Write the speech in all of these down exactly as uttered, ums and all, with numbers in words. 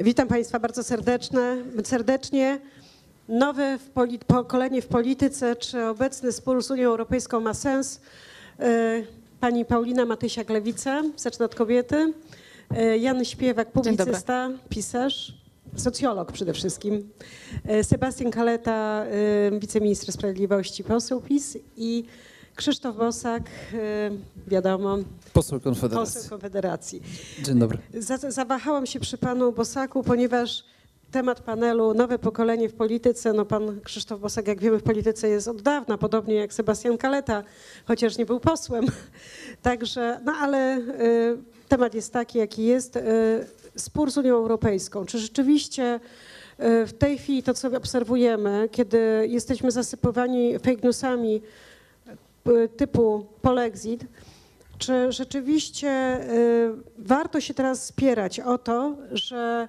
Witam Państwa bardzo serdeczne, serdecznie. Nowe w pokolenie w polityce, czy obecny spór z Unią Europejską ma sens? Pani Paulina Matysiak-Lewica, zacznę od kobiety. Jan Śpiewak, publicysta, pisarz, socjolog przede wszystkim. Sebastian Kaleta, wiceminister sprawiedliwości, poseł PiS i Krzysztof Bosak, wiadomo, poseł Konfederacji. Poseł Konfederacji. Dzień dobry. Zawahałam się przy panu Bosaku, ponieważ temat panelu Nowe pokolenie w polityce, no pan Krzysztof Bosak, jak wiemy, w polityce jest od dawna, podobnie jak Sebastian Kaleta, chociaż nie był posłem. Także, no ale y, temat jest taki, jaki jest. Y, spór z Unią Europejską. Czy rzeczywiście y, w tej chwili to, co obserwujemy, kiedy jesteśmy zasypywani fake newsami y, typu polexit, czy rzeczywiście y, warto się teraz spierać o to, że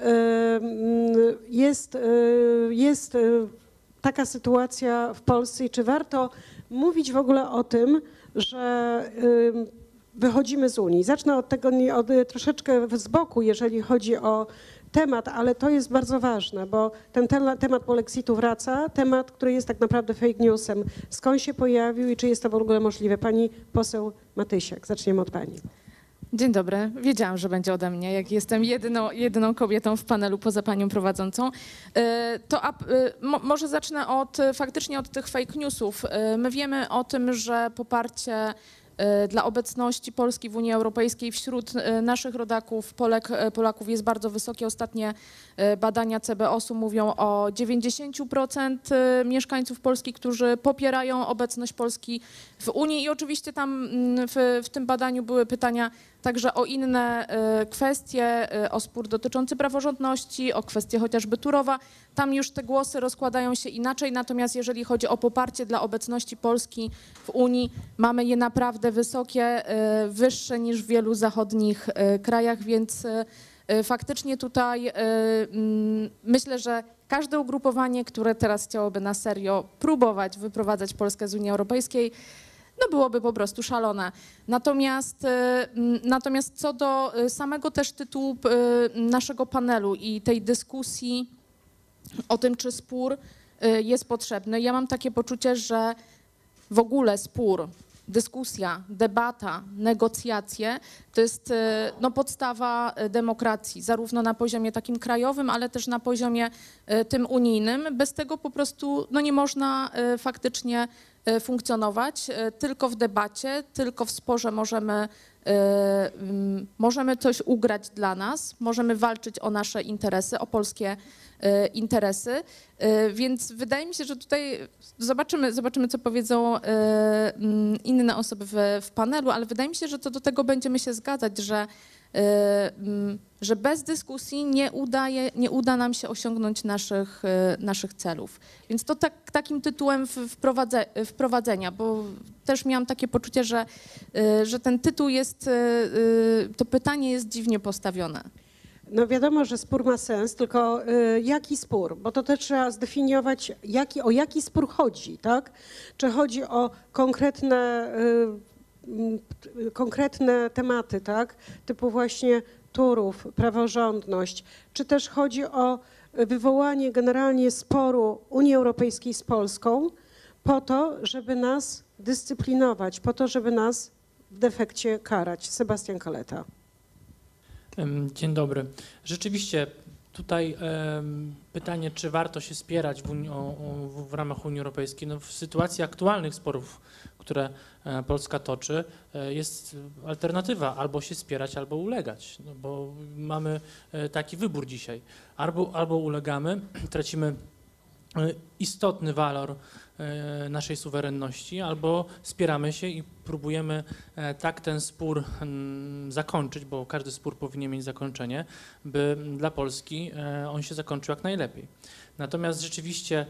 Jest, jest taka sytuacja w Polsce i czy warto mówić w ogóle o tym, że wychodzimy z Unii? Zacznę od tego od, troszeczkę z boku, jeżeli chodzi o temat, ale to jest bardzo ważne, bo ten temat polexitu wraca, temat, który jest tak naprawdę fake newsem. Skąd się pojawił i czy jest to w ogóle możliwe? Pani poseł Matysiak, zaczniemy od pani. Dzień dobry. Wiedziałam, że będzie ode mnie, jak jestem jedyną, jedyną kobietą w panelu poza panią prowadzącą. To a, mo, może zacznę od, faktycznie od tych fake newsów. My wiemy o tym, że poparcie dla obecności Polski w Unii Europejskiej wśród naszych rodaków, Polek, Polaków jest bardzo wysokie. Ostatnie badania C B O S u mówią o dziewięćdziesięciu procent mieszkańców Polski, którzy popierają obecność Polski w Unii i oczywiście tam w, w tym badaniu były pytania także o inne kwestie, o spór dotyczący praworządności, o kwestie chociażby Turowa. Tam już te głosy rozkładają się inaczej, natomiast jeżeli chodzi o poparcie dla obecności Polski w Unii, mamy je naprawdę wysokie, wyższe niż w wielu zachodnich krajach, więc faktycznie tutaj myślę, że każde ugrupowanie, które teraz chciałoby na serio próbować wyprowadzać Polskę z Unii Europejskiej, no byłoby po prostu szalone. Natomiast, natomiast co do samego też tytułu naszego panelu i tej dyskusji o tym, czy spór jest potrzebny, ja mam takie poczucie, że w ogóle spór, dyskusja, debata, negocjacje to jest no, podstawa demokracji, zarówno na poziomie takim krajowym, ale też na poziomie tym unijnym. Bez tego po prostu no, nie można faktycznie funkcjonować. Tylko w debacie, tylko w sporze możemy, możemy coś ugrać dla nas, możemy walczyć o nasze interesy, o polskie interesy, więc wydaje mi się, że tutaj zobaczymy, zobaczymy co powiedzą inne osoby w, w panelu, ale wydaje mi się, że co do tego będziemy się zgadzać, że, że bez dyskusji nie, udaje, nie uda nam się osiągnąć naszych, naszych celów. Więc to tak, takim tytułem wprowadze, wprowadzenia, bo też miałam takie poczucie, że, że ten tytuł jest, to pytanie jest dziwnie postawione. No wiadomo, że spór ma sens, tylko y, jaki spór? Bo to też trzeba zdefiniować, jaki, o jaki spór chodzi, tak? Czy chodzi o konkretne, y, y, konkretne tematy, tak? Typu właśnie Turów, praworządność, czy też chodzi o wywołanie generalnie sporu Unii Europejskiej z Polską po to, żeby nas dyscyplinować, po to, żeby nas w defekcie karać. Sebastian Kaleta. Dzień dobry. Rzeczywiście tutaj um, pytanie, czy warto się spierać w, Unii, o, o, w ramach Unii Europejskiej. No, w sytuacji aktualnych sporów, które e, Polska toczy, e, jest alternatywa albo się spierać, albo ulegać, no, bo mamy e, taki wybór dzisiaj. Albo, albo ulegamy, tracimy e, istotny walor naszej suwerenności, albo spieramy się i próbujemy tak ten spór zakończyć, bo każdy spór powinien mieć zakończenie, by dla Polski on się zakończył jak najlepiej. Natomiast rzeczywiście,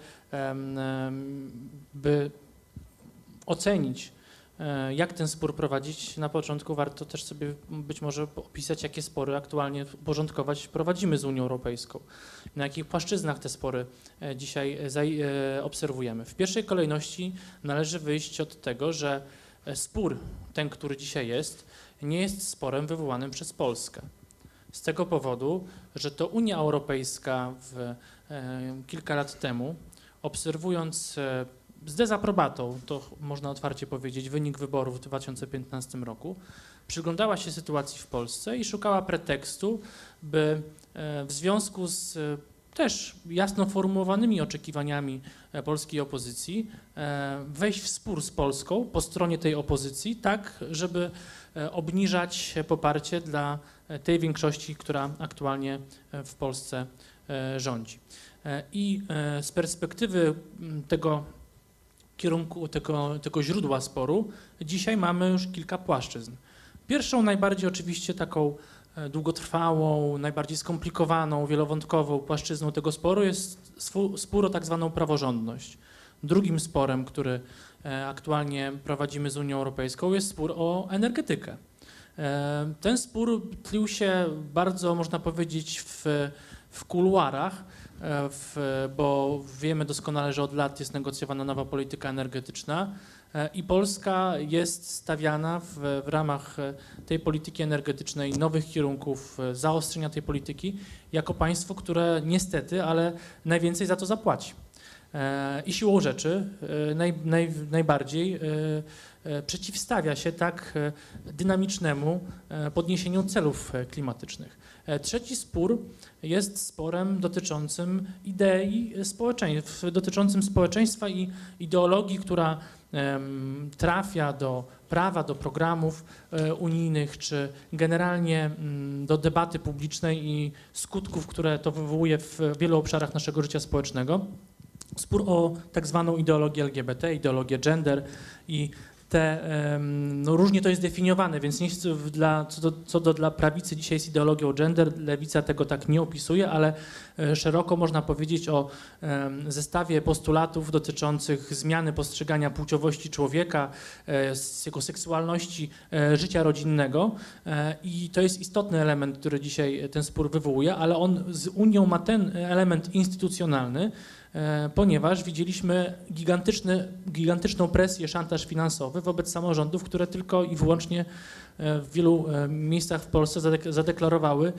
by ocenić, jak ten spór prowadzić, na początku warto też sobie być może opisać, jakie spory aktualnie uporządkować prowadzimy z Unią Europejską. Na jakich płaszczyznach te spory dzisiaj obserwujemy. W pierwszej kolejności należy wyjść od tego, że spór, ten, który dzisiaj jest, nie jest sporem wywołanym przez Polskę. z tego powodu, że to Unia Europejska w, e, kilka lat temu, obserwując e, z dezaprobatą, to można otwarcie powiedzieć, wynik wyborów w dwa tysiące piętnastym roku, przyglądała się sytuacji w Polsce i szukała pretekstu, by e, w związku z e, też jasno formułowanymi oczekiwaniami e, polskiej opozycji e, wejść w spór z Polską po stronie tej opozycji, tak żeby e, obniżać poparcie dla e, tej większości, która aktualnie e, w Polsce e, rządzi. E, I e, z perspektywy m, tego kierunku, tego, tego źródła sporu, dzisiaj mamy już kilka płaszczyzn. Pierwszą, najbardziej oczywiście taką e, długotrwałą, najbardziej skomplikowaną, wielowątkową płaszczyzną tego sporu jest swu- spór o tak zwaną praworządność. Drugim sporem, który e, aktualnie prowadzimy z Unią Europejską, jest spór o energetykę. E, Ten spór tlił się bardzo, można powiedzieć, w, w kuluarach, e, w, bo wiemy doskonale, że od lat jest negocjowana nowa polityka energetyczna e, i Polska jest stawiana w, w ramach tej polityki energetycznej, nowych kierunków, e, zaostrzenia tej polityki, jako państwo, które niestety, ale najwięcej za to zapłaci. E, I siłą rzeczy e, naj, naj, najbardziej e, e, przeciwstawia się tak e, dynamicznemu e, podniesieniu celów e, klimatycznych. E, Trzeci spór jest sporem dotyczącym idei społeczeństwa, dotyczącym społeczeństwa i ideologii, która em, trafia do prawa, do programów e, unijnych, czy generalnie mm, do debaty publicznej i skutków, które to wywołuje w wielu obszarach naszego życia społecznego. Spór o tak zwaną ideologię L G B T, ideologię gender i te, em, no różnie to jest definiowane, więc nie chcę w- dla, co, do, co do dla prawicy dzisiaj jest ideologią gender, lewica tego tak nie opisuje, ale e, szeroko można powiedzieć o em, zestawie postulatów dotyczących zmiany postrzegania płciowości człowieka, e, z jego seksualności, e, życia rodzinnego e, i to jest istotny element, który dzisiaj ten spór wywołuje, ale on z Unią ma ten element instytucjonalny, e, ponieważ widzieliśmy gigantyczny, gigantyczną presję, szantaż finansowy wobec samorządów, które tylko i wyłącznie e, w wielu e, miejscach w Polsce zadek- zadeklarowały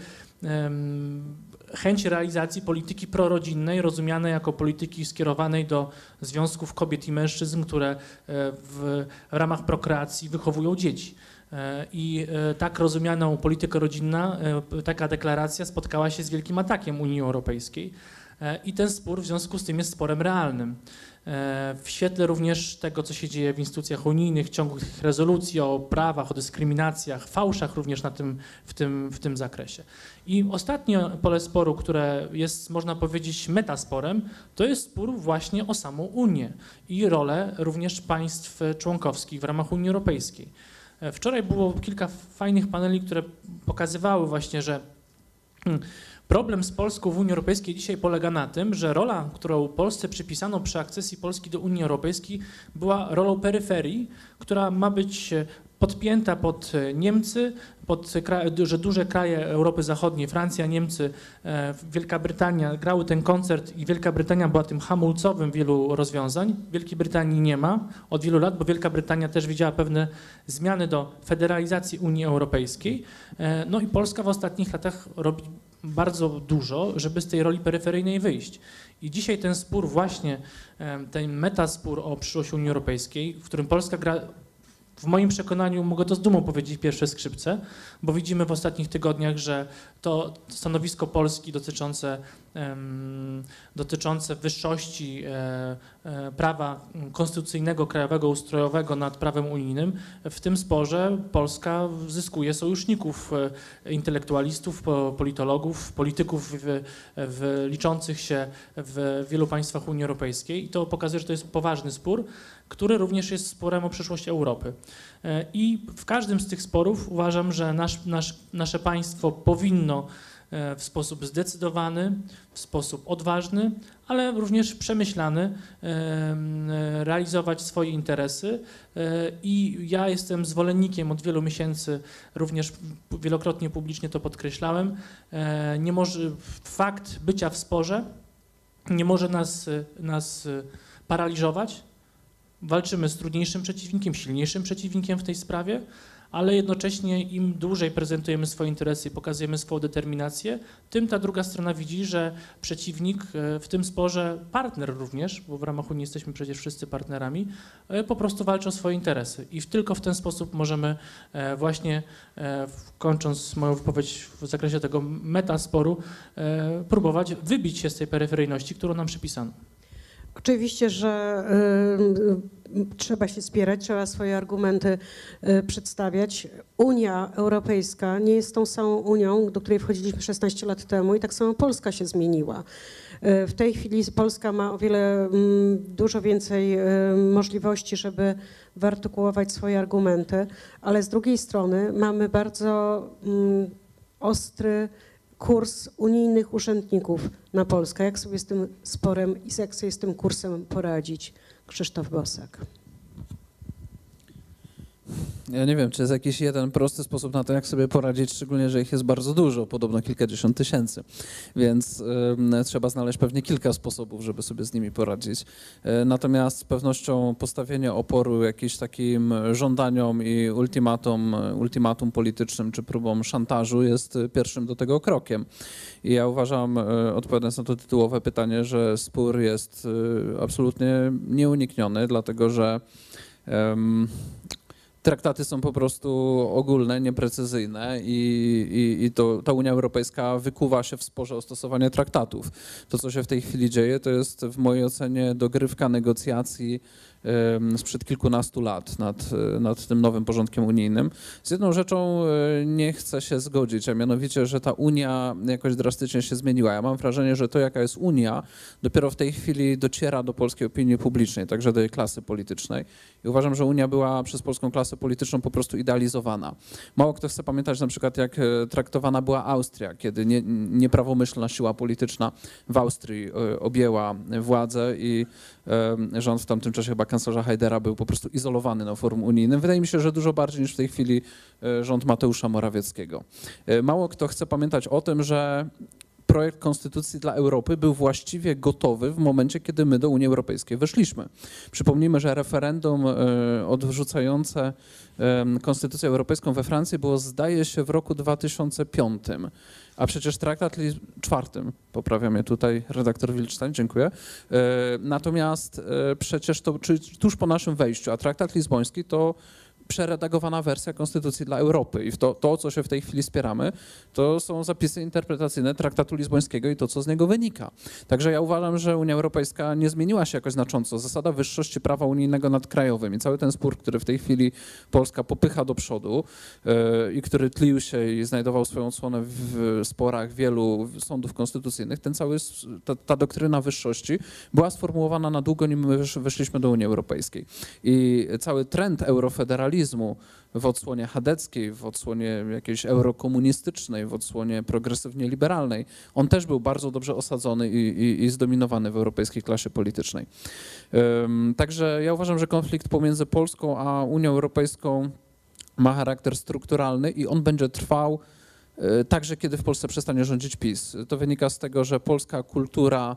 em, chęć realizacji polityki prorodzinnej, rozumianej jako polityki skierowanej do związków kobiet i mężczyzn, które e, w ramach prokreacji wychowują dzieci. E, I e, tak rozumianą politykę rodzinna, e, taka deklaracja spotkała się z wielkim atakiem Unii Europejskiej. E, I ten spór w związku z tym jest sporem realnym. E, W świetle również tego, co się dzieje w instytucjach unijnych, ciągłych rezolucji o prawach, o dyskryminacjach, fałszach również na tym, w, tym, w tym zakresie. I ostatnie pole sporu, które jest, można powiedzieć, metasporem, to jest spór właśnie o samą Unię i rolę również państw członkowskich w ramach Unii Europejskiej. E, Wczoraj było kilka fajnych paneli, które pokazywały właśnie, że hmm, problem z Polską w Unii Europejskiej dzisiaj polega na tym, że rola, którą Polsce przypisano przy akcesji Polski do Unii Europejskiej, była rolą peryferii, która ma być podpięta pod Niemcy, pod kra- że duże kraje Europy Zachodniej, Francja, Niemcy, e, Wielka Brytania grały ten koncert i Wielka Brytania była tym hamulcowym wielu rozwiązań. Wielkiej Brytanii nie ma od wielu lat, bo Wielka Brytania też widziała pewne zmiany do federalizacji Unii Europejskiej. E, No i Polska w ostatnich latach robi bardzo dużo, żeby z tej roli peryferyjnej wyjść. I dzisiaj ten spór właśnie, em, ten metaspór o przyszłość Unii Europejskiej, w którym Polska gra, w moim przekonaniu, mogę to z dumą powiedzieć, pierwsze skrzypce, bo widzimy w ostatnich tygodniach, że to stanowisko Polski dotyczące, em, dotyczące wyższości e, e, prawa konstytucyjnego, krajowego, ustrojowego nad prawem unijnym, w tym sporze Polska zyskuje sojuszników, e, intelektualistów, po- politologów, polityków w, w, liczących się w wielu państwach Unii Europejskiej i to pokazuje, że to jest poważny spór, który również jest sporem o przyszłość Europy. E, I w każdym z tych sporów uważam, że nasz, nasz, nasze państwo powinno e, w sposób zdecydowany, w sposób odważny, ale również przemyślany e, m, realizować swoje interesy. E, I ja jestem zwolennikiem od wielu miesięcy, również wielokrotnie publicznie to podkreślałem, e, nie może, fakt bycia w sporze nie może nas, nas paraliżować. Walczymy z trudniejszym przeciwnikiem, silniejszym przeciwnikiem w tej sprawie, ale jednocześnie im dłużej prezentujemy swoje interesy i pokazujemy swoją determinację, tym ta druga strona widzi, że przeciwnik w tym sporze, partner również, bo w ramach Unii jesteśmy przecież wszyscy partnerami, po prostu walczy o swoje interesy i tylko w ten sposób możemy właśnie, kończąc moją wypowiedź w zakresie tego metasporu, próbować wybić się z tej peryferyjności, którą nam przypisano. Oczywiście, że y, y, trzeba się spierać, trzeba swoje argumenty y, przedstawiać. Unia Europejska nie jest tą samą Unią, do której wchodziliśmy szesnaście lat temu i tak samo Polska się zmieniła. Y, w tej chwili Polska ma o wiele, y, dużo więcej y, możliwości, żeby wyartykułować swoje argumenty, ale z drugiej strony mamy bardzo y, ostry kurs unijnych urzędników na Polskę. Jak sobie z tym sporem i jak sobie z tym kursem poradzić? Krzysztof Bosak. Ja nie wiem, czy jest jakiś jeden prosty sposób na to, jak sobie poradzić, szczególnie, że ich jest bardzo dużo, podobno kilkadziesiąt tysięcy, więc y, trzeba znaleźć pewnie kilka sposobów, żeby sobie z nimi poradzić. Y, natomiast z pewnością postawienie oporu jakimś takim żądaniom i ultimatum, ultimatum politycznym czy próbom szantażu jest pierwszym do tego krokiem. I ja uważam, y, odpowiadając na to tytułowe pytanie, że spór jest y, absolutnie nieunikniony, dlatego że um, traktaty są po prostu ogólne, nieprecyzyjne i, i, i to, ta Unia Europejska wykuwa się w sporze o stosowanie traktatów. To, co się w tej chwili dzieje, to jest w mojej ocenie dogrywka negocjacji um, sprzed kilkunastu lat nad, nad tym nowym porządkiem unijnym. Z jedną rzeczą nie chcę się zgodzić, a mianowicie, że ta Unia jakoś drastycznie się zmieniła. Ja mam wrażenie, że to, jaka jest Unia, dopiero w tej chwili dociera do polskiej opinii publicznej, także do jej klasy politycznej. I uważam, że Unia była przez polską klasę polityczną po prostu idealizowana. Mało kto chce pamiętać na przykład, jak traktowana była Austria, kiedy nie, nieprawomyślna siła polityczna w Austrii objęła władzę i rząd w tamtym czasie chyba kanclerza Hajdera był po prostu izolowany na forum unijnym. Wydaje mi się, że dużo bardziej niż w tej chwili rząd Mateusza Morawieckiego. Mało kto chce pamiętać o tym, że projekt konstytucji dla Europy był właściwie gotowy w momencie, kiedy my do Unii Europejskiej weszliśmy. Przypomnijmy, że referendum odrzucające konstytucję europejską we Francji było, zdaje się, w roku dwa tysiące piątym. A przecież traktat czwartym, poprawia mnie tutaj redaktor Wilczstein, dziękuję. Natomiast przecież to czy, tuż po naszym wejściu, a traktat lizboński to przeredagowana wersja Konstytucji dla Europy i w to, to, co się w tej chwili spieramy, to są zapisy interpretacyjne traktatu lizbońskiego i to, co z niego wynika. Także ja uważam, że Unia Europejska nie zmieniła się jakoś znacząco. Zasada wyższości prawa unijnego nad krajowym i cały ten spór, który w tej chwili Polska popycha do przodu yy, i który tlił się i znajdował swoją odsłonę w sporach wielu sądów konstytucyjnych, ten cały, ta, ta doktryna wyższości była sformułowana na długo, nim my weszliśmy do Unii Europejskiej. I cały trend eurofederalizmu w odsłonie chadeckiej, w odsłonie jakiejś eurokomunistycznej, w odsłonie progresywnie liberalnej, on też był bardzo dobrze osadzony i, i, i zdominowany w europejskiej klasie politycznej. Um, także ja uważam, że konflikt pomiędzy Polską a Unią Europejską ma charakter strukturalny i on będzie trwał y, także, kiedy w Polsce przestanie rządzić PiS. To wynika z tego, że polska kultura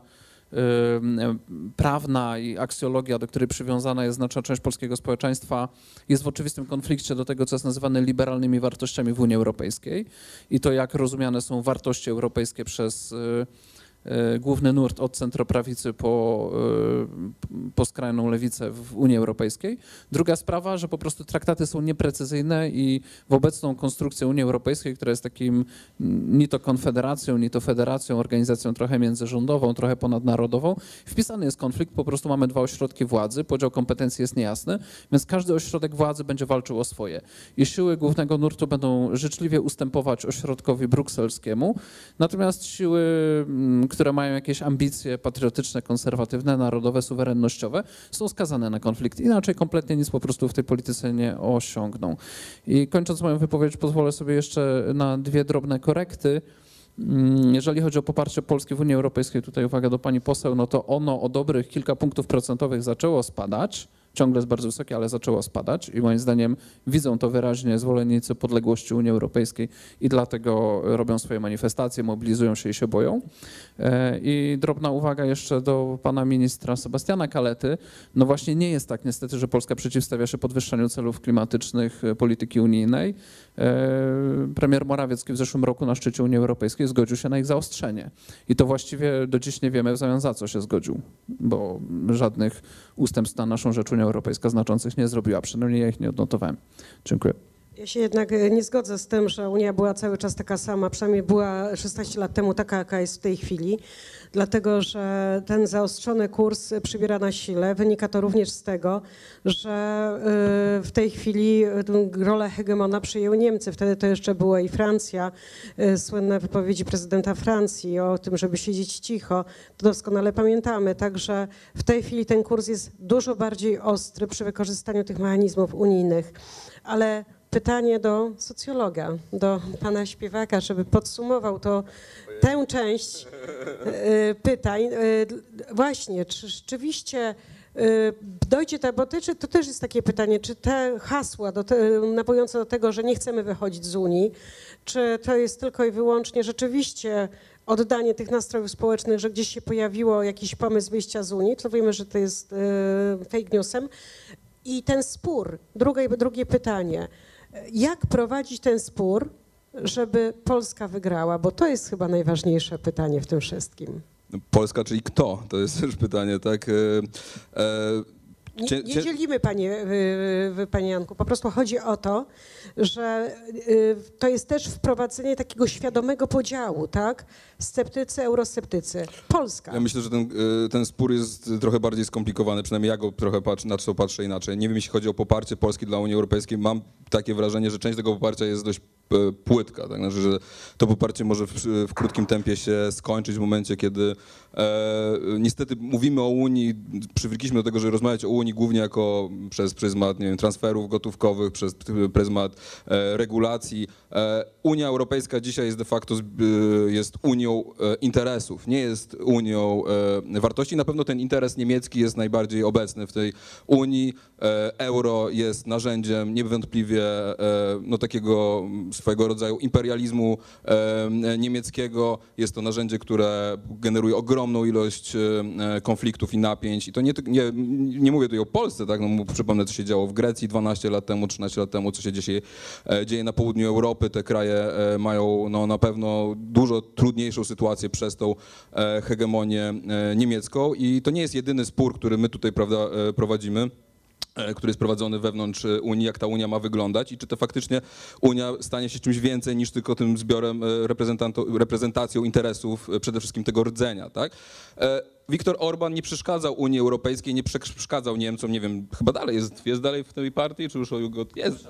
prawna i aksjologia, do której przywiązana jest znaczna część polskiego społeczeństwa, jest w oczywistym konflikcie do tego, co jest nazywane liberalnymi wartościami w Unii Europejskiej i to, jak rozumiane są wartości europejskie przez główny nurt od centroprawicy po, po skrajną lewicę w Unii Europejskiej. Druga sprawa, że po prostu traktaty są nieprecyzyjne i w obecną konstrukcję Unii Europejskiej, która jest takim ni to konfederacją, ni to federacją, organizacją trochę międzyrządową, trochę ponadnarodową, wpisany jest konflikt, po prostu mamy dwa ośrodki władzy, podział kompetencji jest niejasny, więc każdy ośrodek władzy będzie walczył o swoje. I siły głównego nurtu będą życzliwie ustępować ośrodkowi brukselskiemu, natomiast siły, które mają jakieś ambicje patriotyczne, konserwatywne, narodowe, suwerennościowe, są skazane na konflikt. Inaczej kompletnie nic po prostu w tej polityce nie osiągną. I kończąc moją wypowiedź, pozwolę sobie jeszcze na dwie drobne korekty. Jeżeli chodzi o poparcie Polski w Unii Europejskiej, tutaj uwaga do pani poseł, no to ono o dobrych kilka punktów procentowych zaczęło spadać. Ciągle jest bardzo wysokie, ale zaczęło spadać i moim zdaniem widzą to wyraźnie zwolennicy podległości Unii Europejskiej i dlatego robią swoje manifestacje, mobilizują się i się boją. E, I drobna uwaga jeszcze do pana ministra Sebastiana Kalety. No właśnie nie jest tak niestety, że Polska przeciwstawia się podwyższaniu celów klimatycznych e, polityki unijnej. E, Premier Morawiecki w zeszłym roku na szczycie Unii Europejskiej zgodził się na ich zaostrzenie. I to właściwie do dziś nie wiemy w zamian za co się zgodził, bo żadnych ustępstw na naszą rzecz Unia Europejska znaczących nie zrobiła, przynajmniej ja ich nie odnotowałem. Dziękuję. Ja się jednak nie zgodzę z tym, że Unia była cały czas taka sama, przynajmniej była szesnaście lat temu taka, jaka jest w tej chwili, dlatego że ten zaostrzony kurs przybiera na sile. Wynika to również z tego, że w tej chwili rolę hegemona przyjęły Niemcy. Wtedy to jeszcze była i Francja. Słynne wypowiedzi prezydenta Francji o tym, żeby siedzieć cicho, to doskonale pamiętamy. Także w tej chwili ten kurs jest dużo bardziej ostry przy wykorzystaniu tych mechanizmów unijnych. Ale pytanie do socjologa, do pana Śpiewaka, żeby podsumował to, tę część y, pytań. Y, właśnie, czy rzeczywiście y, dojdzie ta, bo to, to też jest takie pytanie, czy te hasła do te, nawołujące do tego, że nie chcemy wychodzić z Unii, czy to jest tylko i wyłącznie rzeczywiście oddanie tych nastrojów społecznych, że gdzieś się pojawiło jakiś pomysł wyjścia z Unii, to wiemy, że to jest y, fake newsem. I ten spór, drugie, drugie pytanie, jak prowadzić ten spór, żeby Polska wygrała? Bo to jest chyba najważniejsze pytanie w tym wszystkim. Polska, czyli kto? To jest też pytanie, tak? E, e, Nie, cie- nie cie- dzielimy, panie, wy, wy, panie Janku, po prostu chodzi o to, że y, to jest też wprowadzenie takiego świadomego podziału, tak? Sceptycy, eurosceptycy. Polska. Ja myślę, że ten, e, ten spór jest trochę bardziej skomplikowany, przynajmniej ja go trochę patr, na co patrzę inaczej. Nie wiem, jeśli chodzi o poparcie Polski dla Unii Europejskiej, mam takie wrażenie, że część tego poparcia jest dość e, płytka, tak? Znaczy, że to poparcie może w, w krótkim tempie się skończyć w momencie, kiedy e, niestety mówimy o Unii, przywykliśmy do tego, że rozmawiać o Unii głównie jako przez pryzmat, nie wiem, transferów gotówkowych, przez pryzmat e, regulacji. E, Unia Europejska dzisiaj jest de facto z, e, jest Unią e, interesów, nie jest Unią e, wartości. Na pewno ten interes niemiecki jest najbardziej obecny w tej Unii. E, euro jest narzędziem niewątpliwie e, no, takiego swojego rodzaju imperializmu e, niemieckiego. Jest to narzędzie, które generuje ogromną ilość e, konfliktów i napięć. I to nie, nie, nie mówię tutaj o Polsce, tak? No, przypomnę, co się działo w Grecji dwanaście lat temu, trzynaście lat temu, co się dzieje, e, dzieje na południu Europy. Te kraje e, mają no, na pewno dużo trudniejszą sytuację przez tą e, hegemonię e, niemiecką i to nie jest jedyny spór, który my tutaj, prawda, e, prowadzimy, który jest prowadzony wewnątrz Unii, jak ta Unia ma wyglądać i czy to faktycznie Unia stanie się czymś więcej niż tylko tym zbiorem reprezentacją interesów przede wszystkim tego rdzenia, tak? Viktor Orban nie przeszkadzał Unii Europejskiej, nie przeszkadzał Niemcom, nie wiem, chyba dalej jest, jest dalej w tej partii, czy już go jest?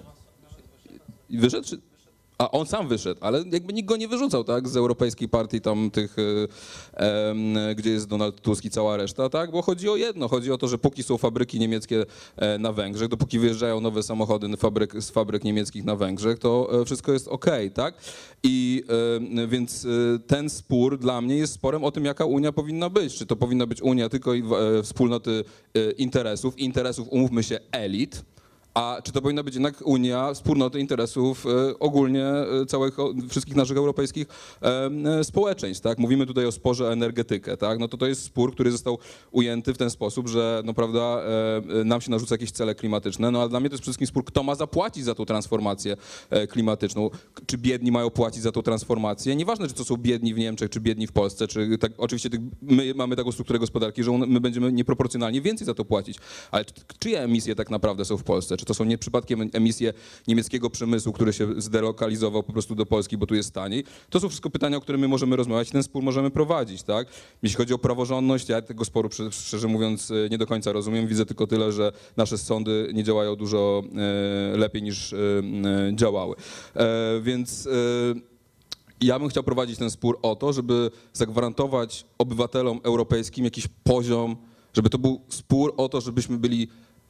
Wyszedł? Czy... A on sam wyszedł, ale jakby nikt go nie wyrzucał, tak, z Europejskiej Partii tam tych, e, e, gdzie jest Donald Tusk i cała reszta, tak, bo chodzi o jedno, chodzi o to, że póki są fabryki niemieckie e, na Węgrzech, dopóki wyjeżdżają nowe samochody fabryk, z fabryk niemieckich na Węgrzech, to e, wszystko jest okej, tak, i e, więc e, ten spór dla mnie jest sporem o tym, jaka Unia powinna być, czy to powinna być Unia tylko i, e, wspólnoty e, interesów, interesów, umówmy się, elit, a czy to powinna być jednak Unia wspólnoty interesów e, ogólnie e, całych, o, wszystkich naszych europejskich e, społeczeństw, tak? Mówimy tutaj o sporze o energetykę, tak? No to to jest spór, który został ujęty w ten sposób, że no prawda, e, nam się narzuca jakieś cele klimatyczne, no ale dla mnie to jest przede wszystkim spór, kto ma zapłacić za tą transformację e, klimatyczną. Czy biedni mają płacić za tą transformację? Nieważne, czy to są biedni w Niemczech, czy biedni w Polsce, czy tak, oczywiście tych, my mamy taką strukturę gospodarki, że my będziemy nieproporcjonalnie więcej za to płacić, ale czyje emisje tak naprawdę są w Polsce? Czy to są nie przypadkiem emisje niemieckiego przemysłu, który się zdelokalizował po prostu do Polski, bo tu jest taniej? To są wszystko pytania, o których my możemy rozmawiać i ten spór możemy prowadzić, tak? Jeśli chodzi o praworządność, ja tego sporu szczerze mówiąc nie do końca rozumiem. Widzę tylko tyle, że nasze sądy nie działają dużo e, lepiej niż e, działały. E, więc e, ja bym chciał prowadzić ten spór o to, żeby zagwarantować obywatelom europejskim jakiś poziom, żeby to był spór o to, żebyśmy byli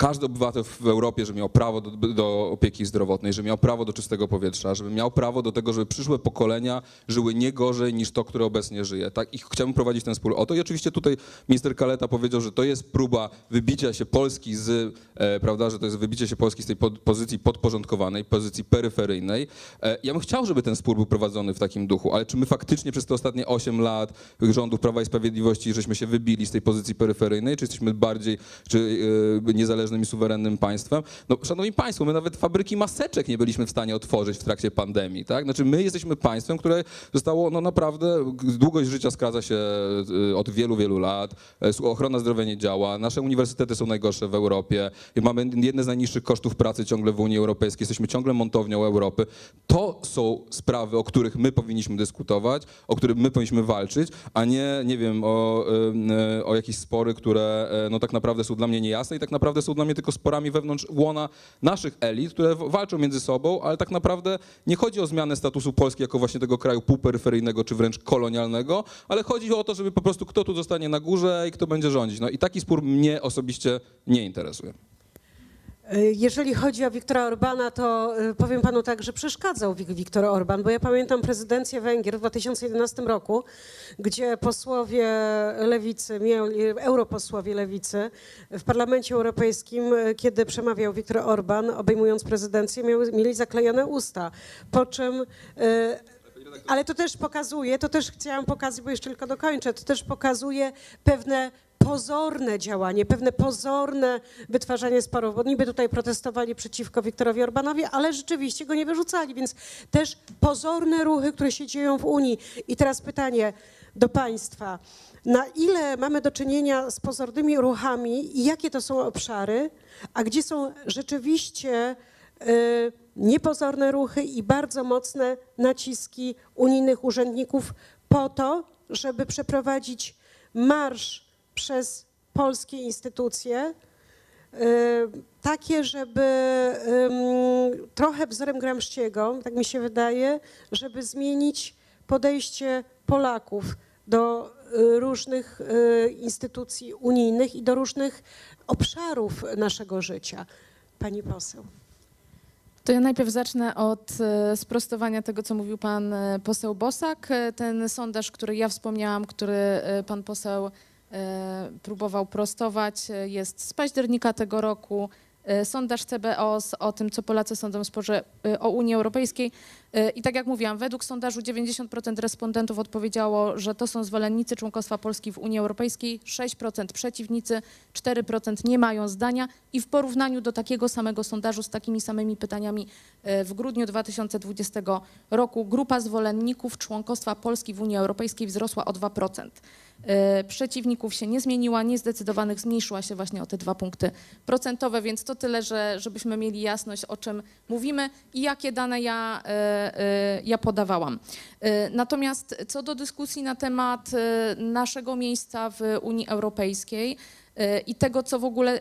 każdy obywatel w Europie, żeby miał prawo do, do opieki zdrowotnej, żeby miał prawo do czystego powietrza, żeby miał prawo do tego, żeby przyszłe pokolenia żyły nie gorzej niż to, które obecnie żyje. Tak? I chciałbym prowadzić ten spór o to. I oczywiście tutaj minister Kaleta powiedział, że to jest próba wybicia się Polski z, e, prawda, że to jest wybicie się Polski z tej pod, pozycji podporządkowanej, pozycji peryferyjnej. E, ja bym chciał, żeby ten spór był prowadzony w takim duchu, ale czy my faktycznie przez te ostatnie osiem lat rządów Prawa i Sprawiedliwości żeśmy się wybili z tej pozycji peryferyjnej, czy jesteśmy bardziej czy, e, niezależnym i suwerennym państwem? No, szanowni państwo, my nawet fabryki maseczek nie byliśmy w stanie otworzyć w trakcie pandemii, tak? Znaczy my jesteśmy państwem, które zostało, no naprawdę, długość życia skraca się e, od wielu, wielu lat, e, ochrona zdrowia nie działa, nasze uniwersytety są najgorsze w Europie, mamy jedne z najniższych kosztów pracy ciągle w Unii Europejskiej, jesteśmy ciągle montownią Europy. To są sprawy, o których my powinniśmy dyskutować, o których my powinniśmy walczyć, a nie, nie wiem, o, e, o jakieś spory, które e, no tak naprawdę są dla mnie niejasne i tak naprawdę są dla mnie tylko sporami wewnątrz łona naszych elit, które w- walczą między sobą, ale tak naprawdę nie chodzi o zmianę statusu Polski jako właśnie tego kraju półperyferyjnego czy wręcz kolonialnego, ale chodzi o to, żeby po prostu kto tu zostanie na górze i kto będzie rządzić. No i taki spór mnie osobiście nie interesuje. Jeżeli chodzi o Viktora Orbana, to y, powiem panu tak, że przeszkadzał Wik- Viktor Orban, bo ja pamiętam prezydencję Węgier w dwa tysiące jedenastym roku, gdzie posłowie lewicy, mieli, europosłowie lewicy w Parlamencie Europejskim, y, kiedy przemawiał Viktor Orban, obejmując prezydencję, miały, mieli zaklejone usta, po czym... y, Ale to też pokazuje, to też chciałam pokazać, bo jeszcze tylko dokończę, to też pokazuje pewne pozorne działanie, pewne pozorne wytwarzanie sporów, bo niby tutaj protestowali przeciwko Viktorowi Orbanowi, ale rzeczywiście go nie wyrzucali, więc też pozorne ruchy, które się dzieją w Unii. I teraz pytanie do państwa, na ile mamy do czynienia z pozornymi ruchami i jakie to są obszary, a gdzie są rzeczywiście y, niepozorne ruchy i bardzo mocne naciski unijnych urzędników po to, żeby przeprowadzić marsz przez polskie instytucje, y, takie, żeby ym, trochę wzorem Gramsciego, tak mi się wydaje, żeby zmienić podejście Polaków do y, różnych y, instytucji unijnych i do różnych obszarów naszego życia. Pani poseł. To ja najpierw zacznę od e, sprostowania tego, co mówił pan e, poseł Bosak. E, Ten sondaż, który ja wspomniałam, który e, pan poseł e, próbował prostować, e, jest z października tego roku. E, Sondaż C B O S o tym, co Polacy sądzą w sporze e, o Unii Europejskiej. E, I tak jak mówiłam, według sondażu dziewięćdziesiąt procent respondentów odpowiedziało, że to są zwolennicy członkostwa Polski w Unii Europejskiej, sześć procent przeciwnicy, cztery procent nie mają zdania i w porównaniu do takiego samego sondażu z takimi samymi pytaniami e, w grudniu dwa tysiące dwudziestego roku grupa zwolenników członkostwa Polski w Unii Europejskiej wzrosła o dwa procent. E, Przeciwników się nie zmieniła, niezdecydowanych zmniejszyła się właśnie o te dwa punkty procentowe, więc to tyle, że, żebyśmy mieli jasność, o czym mówimy i jakie dane ja, e, e, ja podawałam. E, Natomiast co do dyskusji na temat e, naszego miejsca w Unii Europejskiej e, i tego, co w ogóle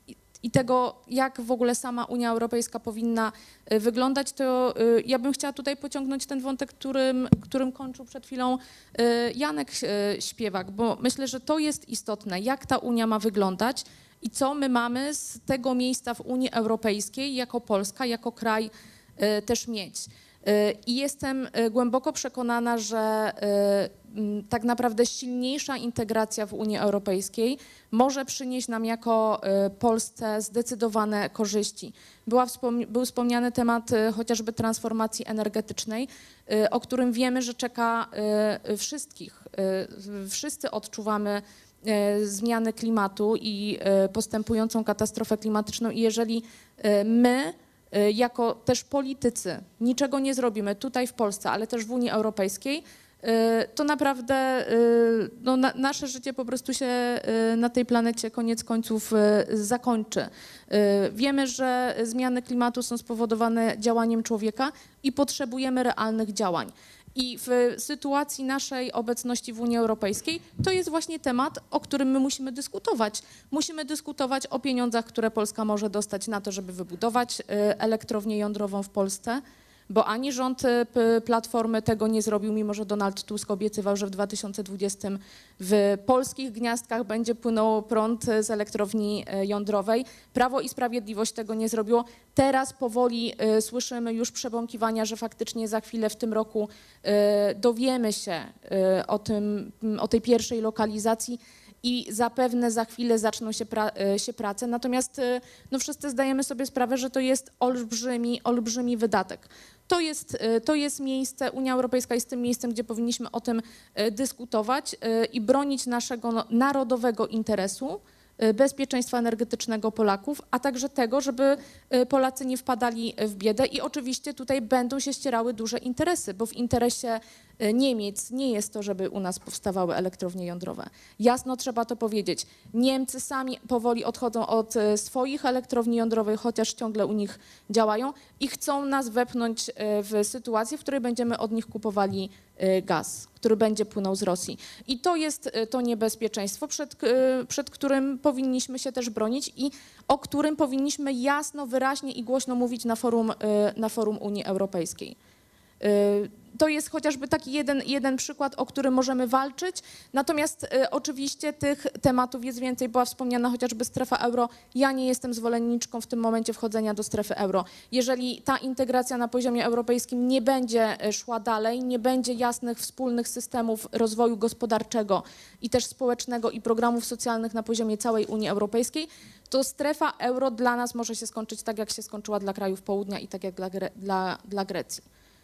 i tego, jak w ogóle sama Unia Europejska powinna e, wyglądać, to e, ja bym chciała tutaj pociągnąć ten wątek, którym, którym kończył przed chwilą e, Janek e, Śpiewak, bo myślę, że to jest istotne, jak ta Unia ma wyglądać i co my mamy z tego miejsca w Unii Europejskiej jako Polska, jako kraj e, też mieć. E, I jestem e, głęboko przekonana, że e, m, tak naprawdę silniejsza integracja w Unii Europejskiej może przynieść nam jako e, Polsce zdecydowane korzyści. Była wspom- był wspomniany temat e, chociażby transformacji energetycznej, e, o którym wiemy, że czeka e, wszystkich. E, Wszyscy odczuwamy e, zmiany klimatu i e, postępującą katastrofę klimatyczną i jeżeli e, my e, jako też politycy niczego nie zrobimy tutaj w Polsce, ale też w Unii Europejskiej, e, to naprawdę e, no, na, nasze życie po prostu się e, na tej planecie koniec końców e, zakończy. E, Wiemy, że zmiany klimatu są spowodowane działaniem człowieka i potrzebujemy realnych działań. I w sytuacji naszej obecności w Unii Europejskiej to jest właśnie temat, o którym my musimy dyskutować. Musimy dyskutować o pieniądzach, które Polska może dostać na to, żeby wybudować y, elektrownię jądrową w Polsce. bo ani rząd e, p- Platformy tego nie zrobił, mimo że Donald Tusk obiecywał, że w dwa tysiące dwudziestym w polskich Gniazdkach będzie płynął prąd z elektrowni e, jądrowej. Prawo i Sprawiedliwość tego nie zrobiło. Teraz powoli e, słyszymy już przebąkiwania, że faktycznie za chwilę w tym roku e, dowiemy się e, o tym, o tej pierwszej lokalizacji i zapewne za chwilę zaczną się, pra, e, się prace. Natomiast e, no wszyscy zdajemy sobie sprawę, że to jest olbrzymi, olbrzymi wydatek. To jest, e, to jest miejsce, Unia Europejska jest tym miejscem, gdzie powinniśmy o tym e, dyskutować e, i bronić naszego no, narodowego interesu, e, bezpieczeństwa energetycznego Polaków, a także tego, żeby e, Polacy nie wpadali w biedę i oczywiście tutaj będą się ścierały duże interesy, bo w interesie e, Niemiec nie jest to, żeby u nas powstawały elektrownie jądrowe. Jasno trzeba to powiedzieć. Niemcy sami powoli odchodzą od e, swoich elektrowni jądrowych, chociaż ciągle u nich działają i chcą nas wepchnąć e, w sytuację, w której będziemy od nich kupowali e, gaz, który będzie płynął z Rosji. I to jest e, to niebezpieczeństwo, przed, e, przed którym powinniśmy się też bronić i o którym powinniśmy jasno, wyraźnie i głośno mówić na forum, e, na forum Unii Europejskiej. E, To jest chociażby taki jeden, jeden przykład, o którym możemy walczyć. Natomiast e, oczywiście tych tematów jest więcej. Była wspomniana chociażby strefa euro. Ja nie jestem zwolenniczką w tym momencie wchodzenia do strefy euro. Jeżeli ta integracja na poziomie europejskim nie będzie e, szła dalej, nie będzie jasnych wspólnych systemów rozwoju gospodarczego i też społecznego i programów socjalnych na poziomie całej Unii Europejskiej, to strefa euro dla nas może się skończyć tak, jak się skończyła dla krajów południa i tak jak dla, Gre- dla, dla Grecji.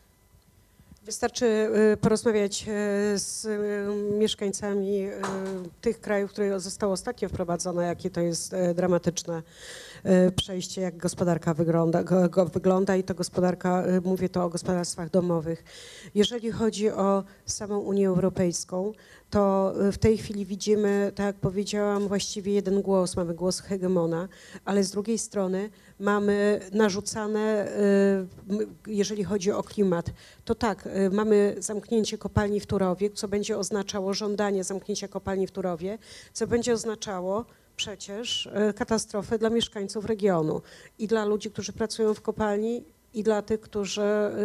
Wystarczy y, porozmawiać y, z y, mieszkańcami y, tych krajów, które zostało ostatnio wprowadzone, jakie to jest y, dramatyczne y, przejście, jak gospodarka wygląda, go, go wygląda i to gospodarka, y, mówię to o gospodarstwach domowych. Jeżeli chodzi o samą Unię Europejską, to y, w tej chwili widzimy, tak jak powiedziałam, właściwie jeden głos, mamy głos hegemona, ale z drugiej strony mamy narzucane, y, jeżeli chodzi o klimat, to tak, y, mamy zamknięcie kopalni w Turowie, co będzie oznaczało żądanie zamknięcia kopalni w Turowie, co będzie oznaczało przecież y, katastrofę dla mieszkańców regionu i dla ludzi, którzy pracują w kopalni, i dla tych, którzy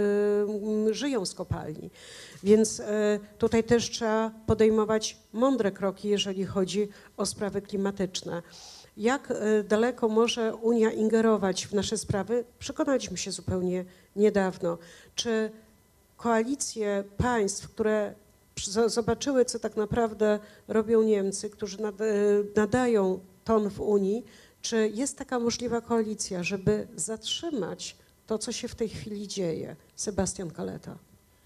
y, żyją z kopalni. Więc y, tutaj też trzeba podejmować mądre kroki, jeżeli chodzi o sprawy klimatyczne. Jak y, daleko może Unia ingerować w nasze sprawy? Przekonaliśmy się zupełnie niedawno. Czy koalicje państw, które z- zobaczyły, co tak naprawdę robią Niemcy, którzy nad, y, nadają ton w Unii, czy jest taka możliwa koalicja, żeby zatrzymać to, co się w tej chwili dzieje? Sebastian Kaleta.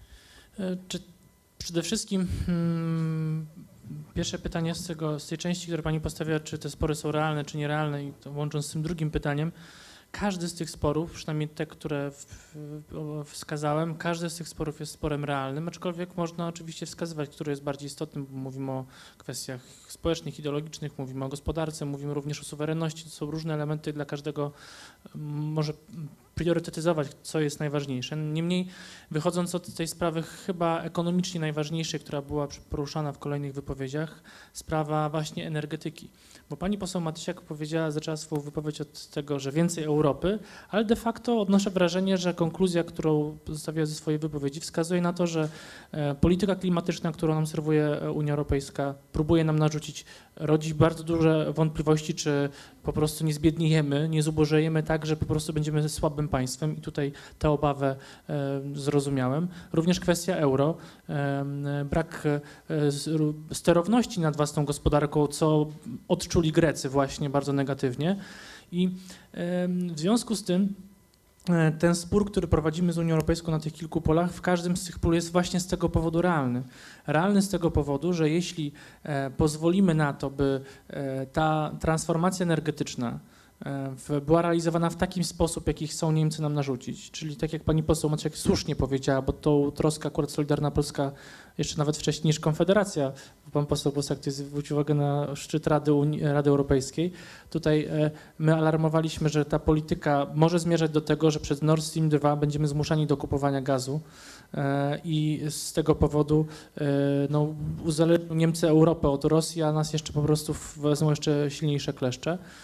E, Czy przede wszystkim hmm, pierwsze pytanie z, tego, z tej części, które pani postawiła, czy te spory są realne, czy nierealne, i to łącząc z tym drugim pytaniem, każdy z tych sporów, przynajmniej te, które w, w, wskazałem, każdy z tych sporów jest sporem realnym, aczkolwiek można oczywiście wskazywać, który jest bardziej istotny, bo mówimy o kwestiach społecznych, ideologicznych, mówimy o gospodarce, mówimy również o suwerenności, to są różne elementy dla każdego, może priorytetyzować, co jest najważniejsze. Niemniej, wychodząc od tej sprawy chyba ekonomicznie najważniejszej, która była poruszana w kolejnych wypowiedziach, sprawa właśnie energetyki. Bo pani poseł Matysiak powiedziała, zaczęła swoją wypowiedź od tego, że więcej Europy, ale de facto odnoszę wrażenie, że konkluzja, którą zostawiła ze swojej wypowiedzi, wskazuje na to, że e, polityka klimatyczna, którą nam serwuje Unia Europejska, próbuje nam narzucić, rodzi bardzo duże wątpliwości, czy po prostu nie zbiedniejemy, nie zubożejemy tak, że po prostu będziemy słabym państwem i tutaj tę obawę e, zrozumiałem. Również kwestia euro, e, brak e, sterowności nad własną gospodarką, co odczuli Grecy właśnie bardzo negatywnie i e, w związku z tym e, ten spór, który prowadzimy z Unią Europejską na tych kilku polach, w każdym z tych pól jest właśnie z tego powodu realny. Realny z tego powodu, że jeśli e, pozwolimy na to, by e, ta transformacja energetyczna e, była realizowana w taki sposób, jaki chcą Niemcy nam narzucić, czyli tak jak pani poseł Maciek słusznie powiedziała, bo tą troskę akurat Solidarna Polska jeszcze nawet wcześniej niż Konfederacja, bo pan poseł Bosak tutaj zwrócił uwagę na szczyt Rady, Unii, Rady Europejskiej. Tutaj e, my alarmowaliśmy, że ta polityka może zmierzać do tego, że przez Nord Stream dwa będziemy zmuszani do kupowania gazu e, i z tego powodu e, no, uzależnią Niemcy Europę od Rosji, a nas jeszcze po prostu wezmą jeszcze silniejsze kleszcze.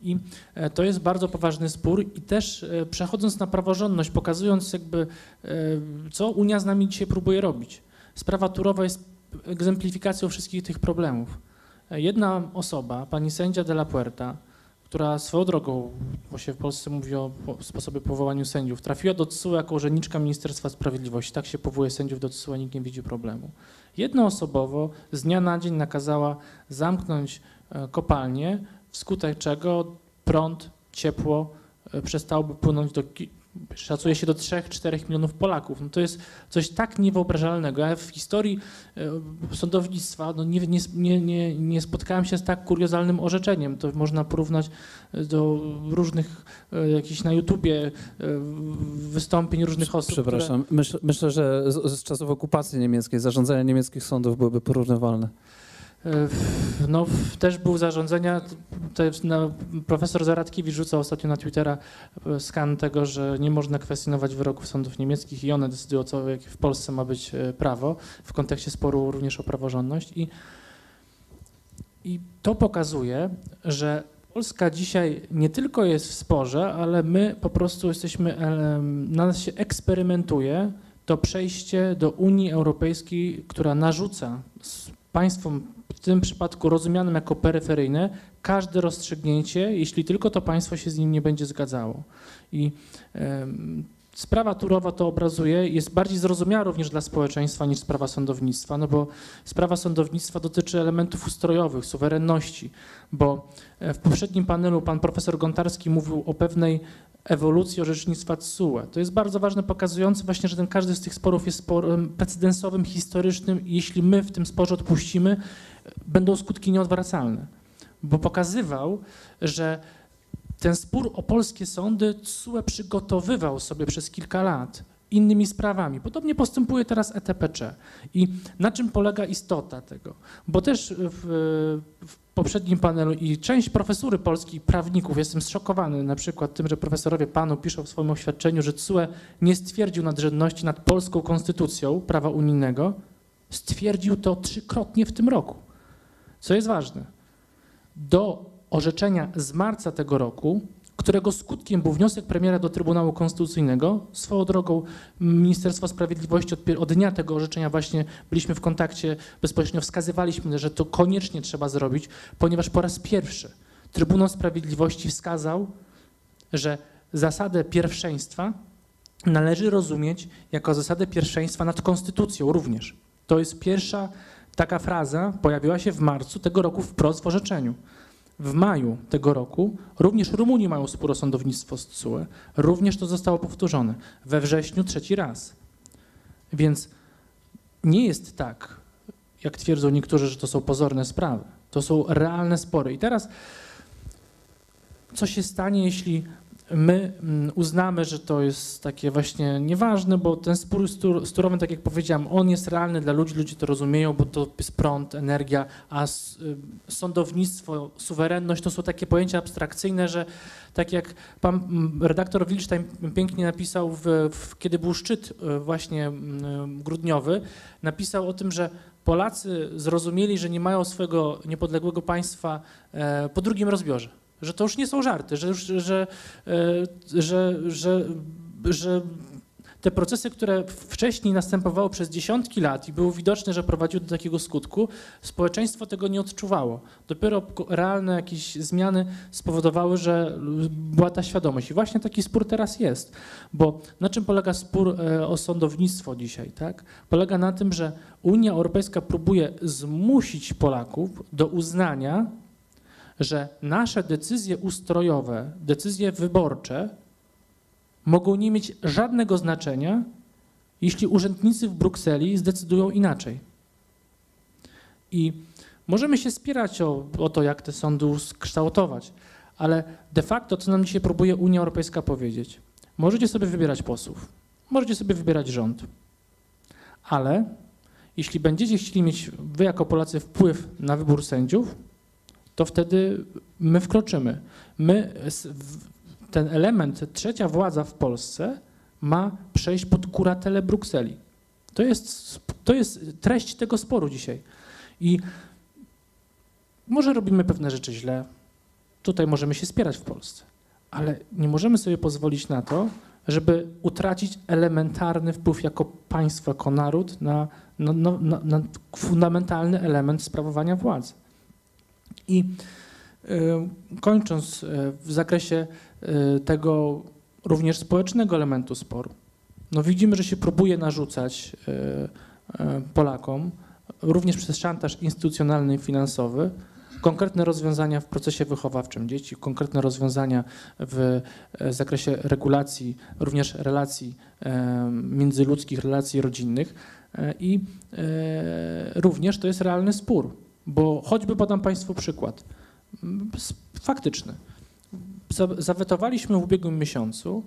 I e, to jest bardzo poważny spór i też e, przechodząc na praworządność, pokazując jakby, e, co Unia z nami dzisiaj próbuje robić. Sprawa Turowa jest egzemplifikacją wszystkich tych problemów. E, jedna osoba, pani sędzia de la Puerta, która swoją drogą, bo się w Polsce mówi o po- sposobie powołaniu sędziów, trafiła do T S U jako urzędniczka Ministerstwa Sprawiedliwości. Tak się powołuje sędziów do T S U, a nikt nie widzi problemu. Jednoosobowo z dnia na dzień nakazała zamknąć e, kopalnię, wskutek czego prąd, ciepło e, przestałoby płynąć do, ki- szacuje się do trzech czterech milionów Polaków. No to jest coś tak niewyobrażalnego. Ja w historii e, sądownictwa no nie, nie, nie, nie, nie spotkałem się z tak kuriozalnym orzeczeniem. To można porównać do różnych e, jakichś na YouTubie e, wystąpień różnych osób. Przepraszam, myśl, myślę, że z, z czasów okupacji niemieckiej zarządzania niemieckich sądów byłyby porównywalne. Które, e, no też był zarządzenia, to jest na, profesor Zaradkiewicz rzucał ostatnio na Twittera e, skan tego, że nie można kwestionować wyroków sądów niemieckich i one decydują, co jakie w Polsce ma być e, prawo, w kontekście sporu również o praworządność. I, i to pokazuje, że Polska dzisiaj nie tylko jest w sporze, ale my po prostu jesteśmy, e, na nas się eksperymentuje to przejście do Unii Europejskiej, która narzuca s- państwom, w tym przypadku rozumianym jako peryferyjne, każde rozstrzygnięcie, jeśli tylko to państwo się z nim nie będzie zgadzało. I em, sprawa Turowa to obrazuje, jest bardziej zrozumiała również dla społeczeństwa niż sprawa sądownictwa, no bo sprawa sądownictwa dotyczy elementów ustrojowych, suwerenności, bo e, w poprzednim panelu pan profesor Gontarski mówił o pewnej ewolucji orzecznictwa T S U E. To jest bardzo ważne, pokazujące właśnie, że ten każdy z tych sporów jest sporem precedensowym, historycznym i jeśli my w tym sporze odpuścimy, będą skutki nieodwracalne. Bo pokazywał, że ten spór o polskie sądy T S U E przygotowywał sobie przez kilka lat innymi sprawami. Podobnie postępuje teraz E T P C. I na czym polega istota tego? Bo też w, w poprzednim panelu i część profesury polskich prawników, jestem zszokowany na przykład tym, że profesorowie panu piszą w swoim oświadczeniu, że T S U E nie stwierdził nadrzędności nad polską konstytucją prawa unijnego, stwierdził to trzykrotnie w tym roku. Co jest ważne, do orzeczenia z marca tego roku, którego skutkiem był wniosek premiera do Trybunału Konstytucyjnego. Swoją drogą Ministerstwo Sprawiedliwości od, pier- od dnia tego orzeczenia właśnie byliśmy w kontakcie, bezpośrednio wskazywaliśmy, że to koniecznie trzeba zrobić, ponieważ po raz pierwszy Trybunał Sprawiedliwości wskazał, że zasadę pierwszeństwa należy rozumieć jako zasadę pierwszeństwa nad konstytucją również. To jest pierwsza taka fraza, pojawiła się w marcu tego roku wprost w orzeczeniu. W maju tego roku również Rumuni mają spór o sądownictwo z T S U E. Również to zostało powtórzone. We wrześniu trzeci raz. Więc nie jest tak, jak twierdzą niektórzy, że to są pozorne sprawy. To są realne spory. I teraz co się stanie, jeśli my mm, uznamy, że to jest takie właśnie nieważne, bo ten spór z Tur- z Turowem, tak jak powiedziałem, on jest realny dla ludzi, ludzie to rozumieją, bo to jest prąd, energia, a s- y, sądownictwo, suwerenność to są takie pojęcia abstrakcyjne, że tak jak pan mm, redaktor Wilstein pięknie napisał, w, w, kiedy był szczyt y, właśnie y, grudniowy, napisał o tym, że Polacy zrozumieli, że nie mają swojego niepodległego państwa e, po drugim rozbiorze. Że to już nie są żarty, że, już, że, e, że, że, że te procesy, które wcześniej następowały przez dziesiątki lat i było widoczne, że prowadziły do takiego skutku, społeczeństwo tego nie odczuwało. Dopiero ko- realne jakieś zmiany spowodowały, że była ta świadomość. I właśnie taki spór teraz jest. Bo na czym polega spór e, o sądownictwo dzisiaj? Tak? Polega na tym, że Unia Europejska próbuje zmusić Polaków do uznania, że nasze decyzje ustrojowe, decyzje wyborcze mogą nie mieć żadnego znaczenia, jeśli urzędnicy w Brukseli zdecydują inaczej. I możemy się spierać o, o to, jak te sądy kształtować, ale de facto, co nam dzisiaj próbuje Unia Europejska powiedzieć, możecie sobie wybierać posłów, możecie sobie wybierać rząd, ale jeśli będziecie chcieli mieć wy jako Polacy wpływ na wybór sędziów, to wtedy my wkroczymy. My, ten element, trzecia władza w Polsce ma przejść pod kuratelę Brukseli. To jest, to jest treść tego sporu dzisiaj. I może robimy pewne rzeczy źle, tutaj możemy się spierać w Polsce, ale nie możemy sobie pozwolić na to, żeby utracić elementarny wpływ jako państwo, jako naród na, na, na, na, na fundamentalny element sprawowania władzy. I y, kończąc y, w zakresie y, tego również społecznego elementu sporu, no widzimy, że się próbuje narzucać y, y, Polakom, również przez szantaż instytucjonalny i finansowy, konkretne rozwiązania w procesie wychowawczym dzieci, konkretne rozwiązania w zakresie regulacji, również relacji międzyludzkich, relacji rodzinnych i również to jest realny spór, bo choćby podam Państwu przykład faktyczny. Zawetowaliśmy w ubiegłym miesiącu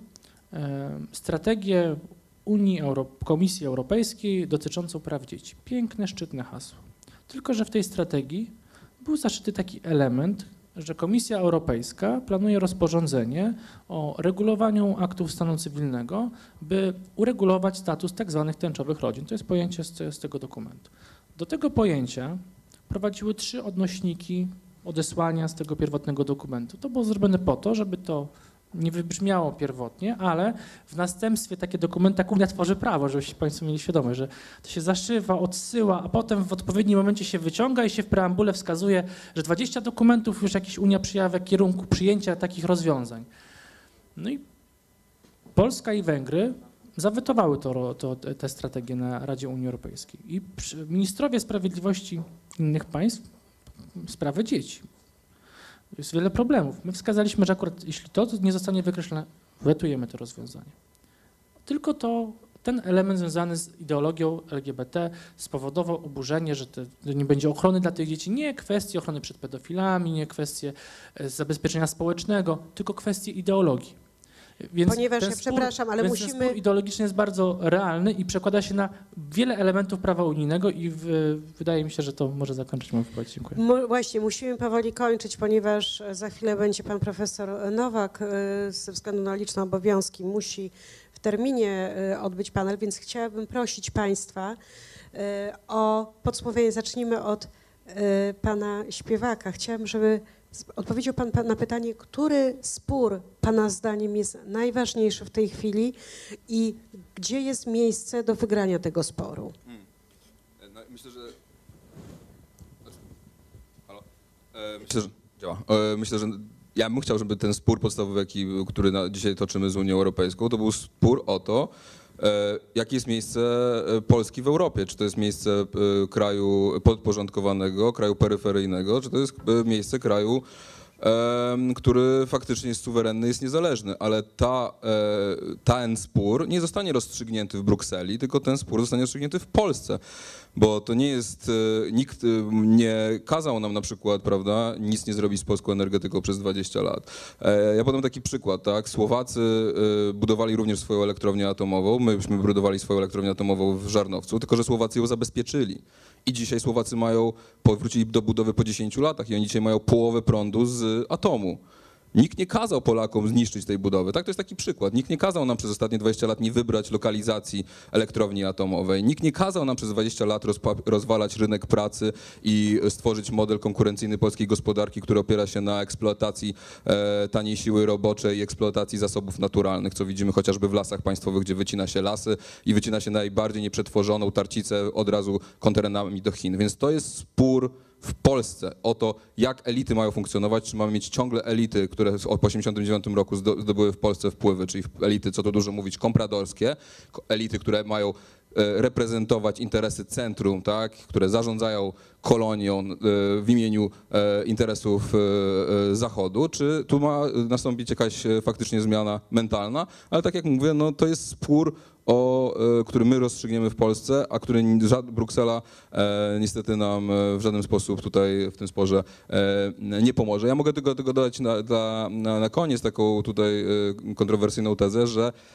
strategię Unii Euro- Komisji Europejskiej dotyczącą praw dzieci. Piękne, szczytne hasło. Tylko że w tej strategii był zaszyty taki element, że Komisja Europejska planuje rozporządzenie o regulowaniu aktów stanu cywilnego, by uregulować status tak zwanych tęczowych rodzin. To jest pojęcie z, z tego dokumentu. Do tego pojęcia prowadziły trzy odnośniki odesłania z tego pierwotnego dokumentu. To było zrobione po to, żeby to nie wybrzmiało pierwotnie, ale w następstwie takie dokumenty, jak Unia tworzy prawo, żebyście Państwo mieli świadomość, że to się zaszywa, odsyła, a potem w odpowiednim momencie się wyciąga i się w preambule wskazuje, że dwadzieścia dokumentów już jakiś Unia przyjęła w kierunku przyjęcia takich rozwiązań. No i Polska i Węgry zawetowały to, to, tę strategię na Radzie Unii Europejskiej. I ministrowie sprawiedliwości innych państw sprawy dzieci. Jest wiele problemów. My wskazaliśmy, że akurat jeśli to nie zostanie wykreślone, wetujemy to rozwiązanie. Tylko to, ten element związany z ideologią L G B T spowodował oburzenie, że to nie będzie ochrony dla tych dzieci, nie kwestie ochrony przed pedofilami, nie kwestie zabezpieczenia społecznego, tylko kwestie ideologii. Więc Ponieważ ten ja spór, przepraszam, ale więc musimy... ten spór ideologiczny jest bardzo realny i przekłada się na wiele elementów prawa unijnego i w, wydaje mi się, że to może zakończyć moją wypowiedź. Dziękuję. Mu- Właśnie, musimy powoli kończyć, ponieważ za chwilę będzie pan profesor Nowak y, ze względu na liczne obowiązki musi w terminie y, odbyć panel, więc chciałabym prosić państwa y, o podsumowienie. Zacznijmy od y, pana śpiewaka. Chciałabym, żeby z- odpowiedział pan, pan na pytanie, który spór pana zdaniem jest najważniejszy w tej chwili i gdzie jest miejsce do wygrania tego sporu? No, myślę, że... Znaczy, halo? E, Myślę, że działa. E, Myślę, że ja bym chciał, żeby ten spór podstawowy, jaki, który na, dzisiaj toczymy z Unią Europejską, to był spór o to, e, jakie jest miejsce Polski w Europie. Czy to jest miejsce e, kraju podporządkowanego, kraju peryferyjnego, czy to jest e, miejsce kraju, em, który faktycznie jest suwerenny, jest niezależny, ale ta, e, ten spór nie zostanie rozstrzygnięty w Brukseli, tylko ten spór zostanie rozstrzygnięty w Polsce, bo to nie jest, e, nikt e, nie kazał nam na przykład, prawda, nic nie zrobić z polską energetyką przez dwadzieścia lat. E, ja podam taki przykład, tak, Słowacy e, budowali również swoją elektrownię atomową, myśmy budowali swoją elektrownię atomową w Żarnowcu, tylko że Słowacy ją zabezpieczyli. I dzisiaj Słowacy mają, powrócili do budowy po dziesięciu latach i oni dzisiaj mają połowę prądu z atomu. Nikt nie kazał Polakom zniszczyć tej budowy. Tak, to jest taki przykład. Nikt nie kazał nam przez ostatnie dwadzieścia lat nie wybrać lokalizacji elektrowni atomowej. Nikt nie kazał nam przez dwadzieścia lat rozpa- rozwalać rynek pracy i stworzyć model konkurencyjny polskiej gospodarki, który opiera się na eksploatacji e, taniej siły roboczej i eksploatacji zasobów naturalnych, co widzimy chociażby w lasach państwowych, gdzie wycina się lasy i wycina się najbardziej nieprzetworzoną tarcicę od razu kontenerami do Chin. Więc to jest spór w Polsce o to, jak elity mają funkcjonować, czy mamy mieć ciągle elity, które po tysiąc dziewięćset osiemdziesiątym dziewiątym roku zdo- zdobyły w Polsce wpływy, czyli elity, co tu dużo mówić, kompradorskie, ko- elity, które mają e, reprezentować interesy centrum, tak, które zarządzają kolonią e, w imieniu e, interesów e, e, Zachodu, czy tu ma nastąpić jakaś e, faktycznie zmiana mentalna, ale tak jak mówię, no to jest spór o, e, który my rozstrzygniemy w Polsce, a który ni- żad- Bruksela e, niestety nam e, w żaden sposób tutaj w tym sporze e, nie pomoże. Ja mogę tylko, tylko dodać na, dla, na, na koniec taką tutaj e, kontrowersyjną tezę, że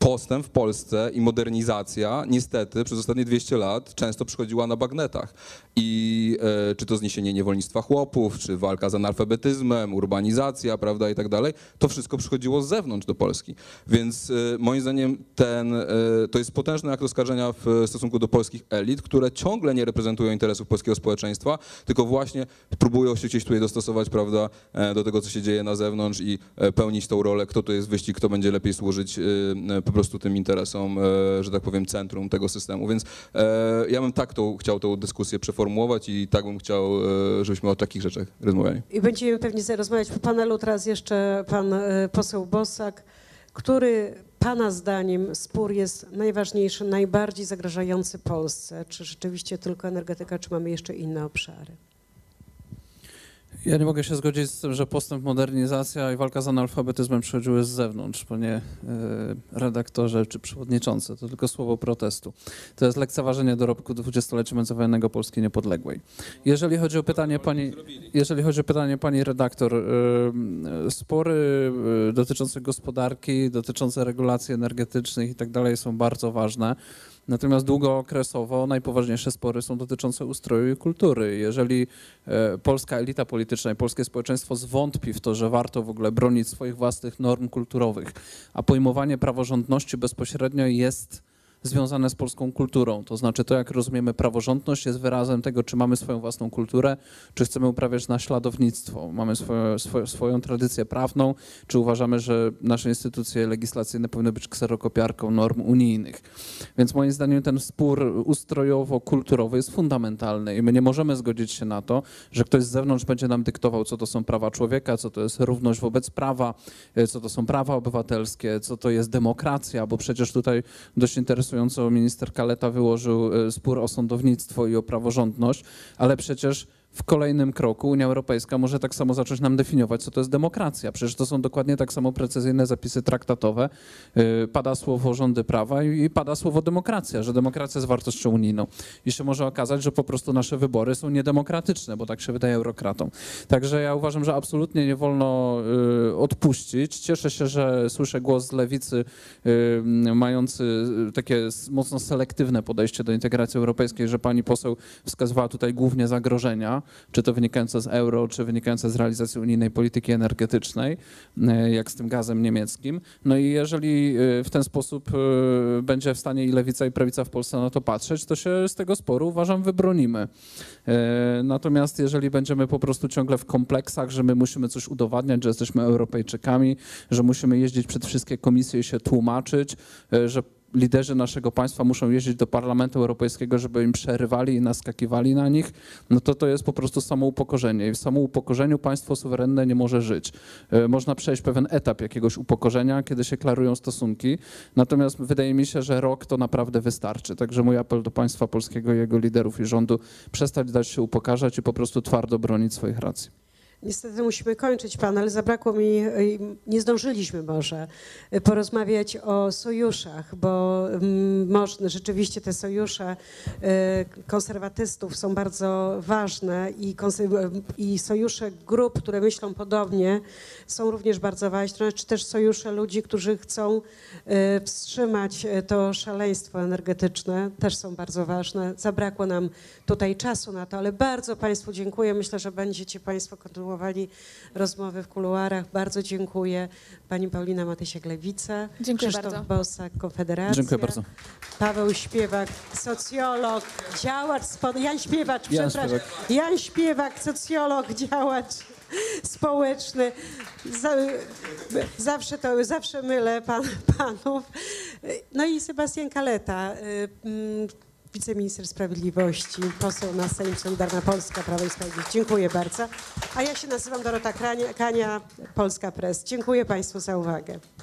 postęp w Polsce i modernizacja niestety przez ostatnie dwieście lat często przychodziła na bagnetach. I e, czy to zniesienie niewolnictwa chłopów, czy walka z analfabetyzmem, urbanizacja, prawda, i tak dalej, to wszystko przychodziło z zewnątrz do Polski. Więc e, moim zdaniem ten, e, to jest potężny akt oskarżenia w stosunku do polskich elit, które ciągle nie reprezentują interesów polskiego społeczeństwa, tylko właśnie próbują się gdzieś tutaj dostosować, prawda, e, do tego, co się dzieje na zewnątrz i e, pełnić tą rolę, kto to jest wyścig, kto będzie lepiej służyć e, po prostu tym interesom, e, że tak powiem, centrum tego systemu. Więc e, ja bym tak tą, chciał tą dyskusję przeformułować i tak bym chciał, e, żebyśmy o takich rzeczach rozmawiali. I będziemy pewnie rozmawiać po panelu. Teraz jeszcze pan e, poseł Bosak. Który pana zdaniem spór jest najważniejszy, najbardziej zagrażający Polsce? Czy rzeczywiście tylko energetyka, czy mamy jeszcze inne obszary? Ja nie mogę się zgodzić z tym, że postęp, modernizacja i walka z analfabetyzmem przychodziły z zewnątrz, panie e, redaktorze czy przewodniczący. To tylko słowo protestu. To jest lekceważenie dorobku dwudziestolecia międzywojennego Polski niepodległej. Jeżeli chodzi o pytanie pani, jeżeli chodzi o pytanie pani redaktor, e, spory e, dotyczące gospodarki, dotyczące regulacji energetycznych i tak dalej są bardzo ważne. Natomiast długookresowo najpoważniejsze spory są dotyczące ustroju i kultury. Jeżeli e, polska elita polityczna i polskie społeczeństwo zwątpi w to, że warto w ogóle bronić swoich własnych norm kulturowych, a pojmowanie praworządności bezpośrednio jest związane z polską kulturą. To znaczy to, jak rozumiemy praworządność, jest wyrazem tego, czy mamy swoją własną kulturę, czy chcemy uprawiać naśladownictwo. Mamy swoje, swoje, swoją tradycję prawną, czy uważamy, że nasze instytucje legislacyjne powinny być kserokopiarką norm unijnych. Więc moim zdaniem ten spór ustrojowo-kulturowy jest fundamentalny i my nie możemy zgodzić się na to, że ktoś z zewnątrz będzie nam dyktował, co to są prawa człowieka, co to jest równość wobec prawa, co to są prawa obywatelskie, co to jest demokracja, bo przecież tutaj dość interesująco minister Kaleta wyłożył spór o sądownictwo i o praworządność, ale przecież w kolejnym kroku Unia Europejska może tak samo zacząć nam definiować, co to jest demokracja. Przecież to są dokładnie tak samo precyzyjne zapisy traktatowe. Pada słowo rządy prawa i pada słowo demokracja, że demokracja jest wartością unijną. I się może okazać, że po prostu nasze wybory są niedemokratyczne, bo tak się wydaje eurokratom. Także ja uważam, że absolutnie nie wolno odpuścić. Cieszę się, że słyszę głos z lewicy mający takie mocno selektywne podejście do integracji europejskiej, że pani poseł wskazywała tutaj głównie zagrożenia, czy to wynikające z euro, czy wynikające z realizacji unijnej polityki energetycznej, jak z tym gazem niemieckim. No i jeżeli w ten sposób będzie w stanie i lewica, i prawica w Polsce na to patrzeć, to się z tego sporu, uważam, wybronimy. Natomiast jeżeli będziemy po prostu ciągle w kompleksach, że my musimy coś udowadniać, że jesteśmy Europejczykami, że musimy jeździć przed wszystkie komisje i się tłumaczyć, że liderzy naszego państwa muszą jeździć do Parlamentu Europejskiego, żeby im przerywali i naskakiwali na nich, no to to jest po prostu samoupokorzenie. I w samoupokorzeniu państwo suwerenne nie może żyć. Można przejść pewien etap jakiegoś upokorzenia, kiedy się klarują stosunki, natomiast wydaje mi się, że rok to naprawdę wystarczy. Także mój apel do państwa polskiego i jego liderów i rządu: przestać dać się upokarzać i po prostu twardo bronić swoich racji. Niestety musimy kończyć panel. Zabrakło mi, nie zdążyliśmy może porozmawiać o sojuszach, bo można, rzeczywiście te sojusze konserwatystów są bardzo ważne i, i sojusze grup, które myślą podobnie, są również bardzo ważne, czy też sojusze ludzi, którzy chcą wstrzymać to szaleństwo energetyczne, też są bardzo ważne. Zabrakło nam tutaj czasu na to, ale bardzo państwu dziękuję. Myślę, że będziecie państwo kontynuowali rozmowy w kuluarach. Bardzo dziękuję. Pani Paulina Matysiak-Lewica, Dziękuję Krzysztof bardzo. Bosak, Konfederacja. Dziękuję bardzo. Paweł Śpiewak, socjolog, działacz, spo... Jan Śpiewacz, Jan przepraszam. Śpiewak. Jan Śpiewak, socjolog, działacz społeczny. Za, zawsze to, zawsze mylę pan, panów. No i Sebastian Kaleta, wiceminister sprawiedliwości, poseł na Sejm, Solidarna Polska, Prawo i Sprawiedliwość. Dziękuję bardzo. A ja się nazywam Dorota Kania, Kania, Polska Press. Dziękuję państwu za uwagę.